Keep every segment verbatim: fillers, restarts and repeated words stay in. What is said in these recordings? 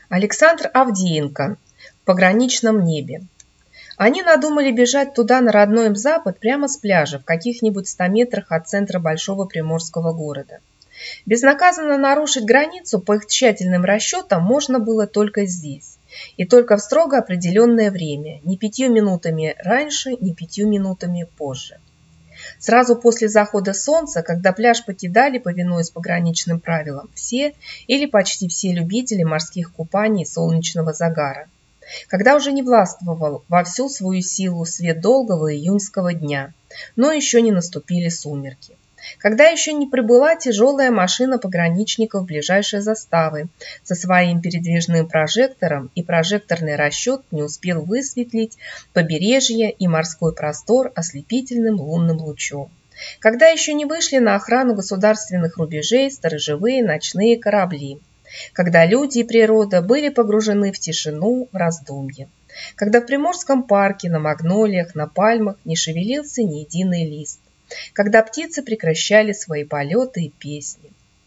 Александр Авдеенко в пограничном небе. Они надумали бежать туда, на родной им запад, прямо с пляжа, в каких-нибудь ста метрах от центра большого приморского города. Безнаказанно нарушить границу по их тщательным расчетам можно было только здесь, и только в строго определенное время, ни пятью минутами раньше, ни пятью минутами позже. Сразу после захода солнца, когда пляж покидали, повинуясь пограничным правилам, все или почти все любители морских купаний и солнечного загара, когда уже не властвовал во всю свою силу свет долгого июньского дня, но еще не наступили сумерки, когда еще не прибыла тяжелая машина пограничников ближайшей заставы со своим передвижным прожектором, и прожекторный расчет не успел высветлить побережье и морской простор ослепительным лунным лучом, когда еще не вышли на охрану государственных рубежей сторожевые ночные корабли, когда люди и природа были погружены в тишину, в раздумье, когда в Приморском парке, на магнолиях, на пальмах не шевелился ни единый лист, когда птицы прекращали свои полеты и песни.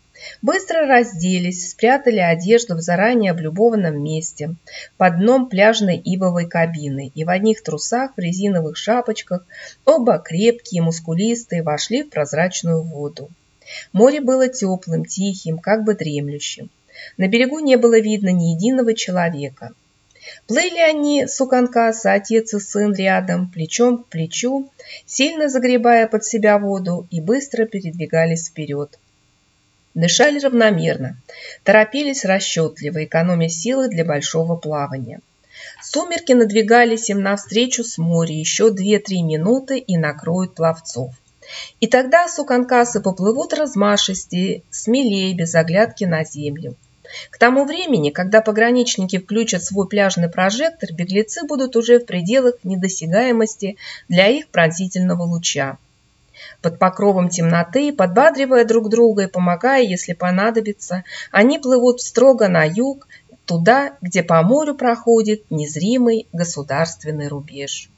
Быстро разделись, спрятали одежду в заранее облюбованном месте, под дном пляжной ивовой кабины, и в одних трусах, в резиновых шапочках, оба крепкие, мускулистые, вошли в прозрачную воду. Море было теплым, тихим, как бы дремлющим. На берегу не было видно ни единого человека. Плыли они, суканкасы, отец и сын рядом, плечом к плечу, сильно загребая под себя воду, и быстро передвигались вперед. Дышали равномерно, торопились расчетливо, экономя силы для большого плавания. Сумерки надвигались им навстречу с моря, еще две-три минуты и накроют пловцов. И тогда суканкасы поплывут размашистее, смелее, без оглядки на землю. К тому времени, когда пограничники включат свой пляжный прожектор, беглецы будут уже в пределах недосягаемости для их пронзительного луча. Под покровом темноты, подбадривая друг друга и помогая, если понадобится, они плывут строго на юг, туда, где по морю проходит незримый государственный рубеж.